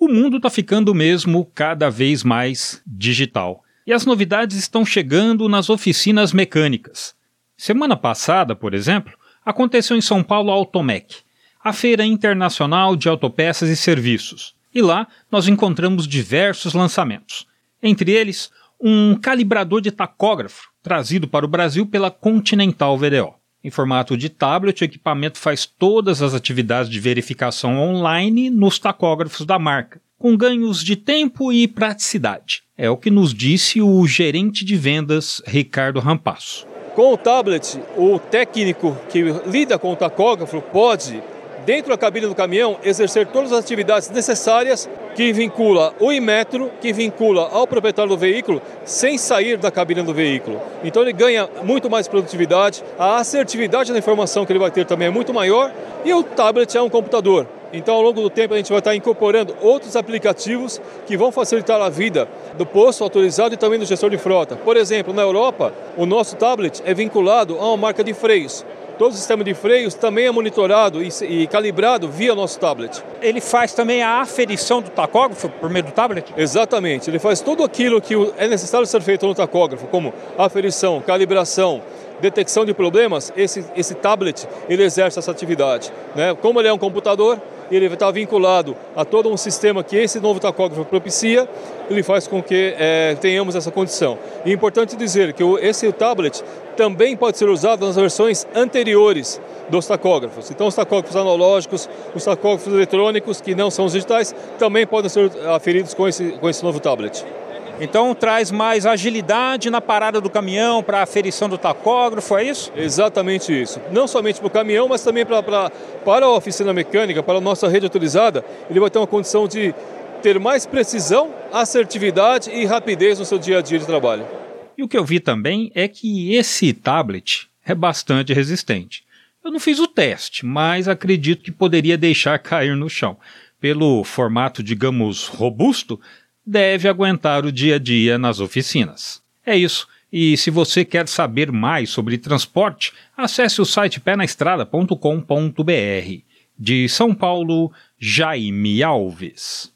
O mundo está ficando mesmo cada vez mais digital. E as novidades estão chegando nas oficinas mecânicas. Semana passada, por exemplo, aconteceu em São Paulo a Automec, a Feira Internacional de Autopeças e Serviços. E lá nós encontramos diversos lançamentos. Entre eles, um calibrador de tacógrafo, trazido para o Brasil pela Continental VDO. Em formato de tablet, o equipamento faz todas as atividades de verificação online nos tacógrafos da marca, com ganhos de tempo e praticidade. É o que nos disse o gerente de vendas, Ricardo Rampasso. Com o tablet, o técnico que lida com o tacógrafo pode, dentro da cabine do caminhão, exercer todas as atividades necessárias que vincula o Inmetro, que vincula ao proprietário do veículo, sem sair da cabine do veículo. Então ele ganha muito mais produtividade, a assertividade da informação que ele vai ter também é muito maior, e o tablet é um computador. Então, ao longo do tempo, a gente vai estar incorporando outros aplicativos que vão facilitar a vida do posto autorizado e também do gestor de frota. Por exemplo, na Europa, o nosso tablet é vinculado a uma marca de freios. Todo o sistema de freios também é monitorado e calibrado via nosso tablet. Ele faz também a aferição do tacógrafo por meio do tablet? Exatamente. Ele faz tudo aquilo que é necessário ser feito no tacógrafo, como aferição, calibração, detecção de problemas. Esse tablet ele exerce essa atividade, né? Como ele é um computador, ele está vinculado a todo um sistema que esse novo tacógrafo propicia, ele faz com que tenhamos essa condição. E é importante dizer que esse tablet também pode ser usado nas versões anteriores dos tacógrafos. Então, os tacógrafos analógicos, os tacógrafos eletrônicos, que não são os digitais, também podem ser aferidos com esse novo tablet. Então traz mais agilidade na parada do caminhão para a aferição do tacógrafo, é isso? Exatamente isso. Não somente para o caminhão, mas também para a oficina mecânica, para a nossa rede autorizada, ele vai ter uma condição de ter mais precisão, assertividade e rapidez no seu dia a dia de trabalho. E o que eu vi também é que esse tablet é bastante resistente. Eu não fiz o teste, mas acredito que poderia deixar cair no chão. Pelo formato, digamos, robusto, deve aguentar o dia a dia nas oficinas. É isso, e se você quer saber mais sobre transporte, acesse o site penaestrada.com.br. De São Paulo, Jaime Alves.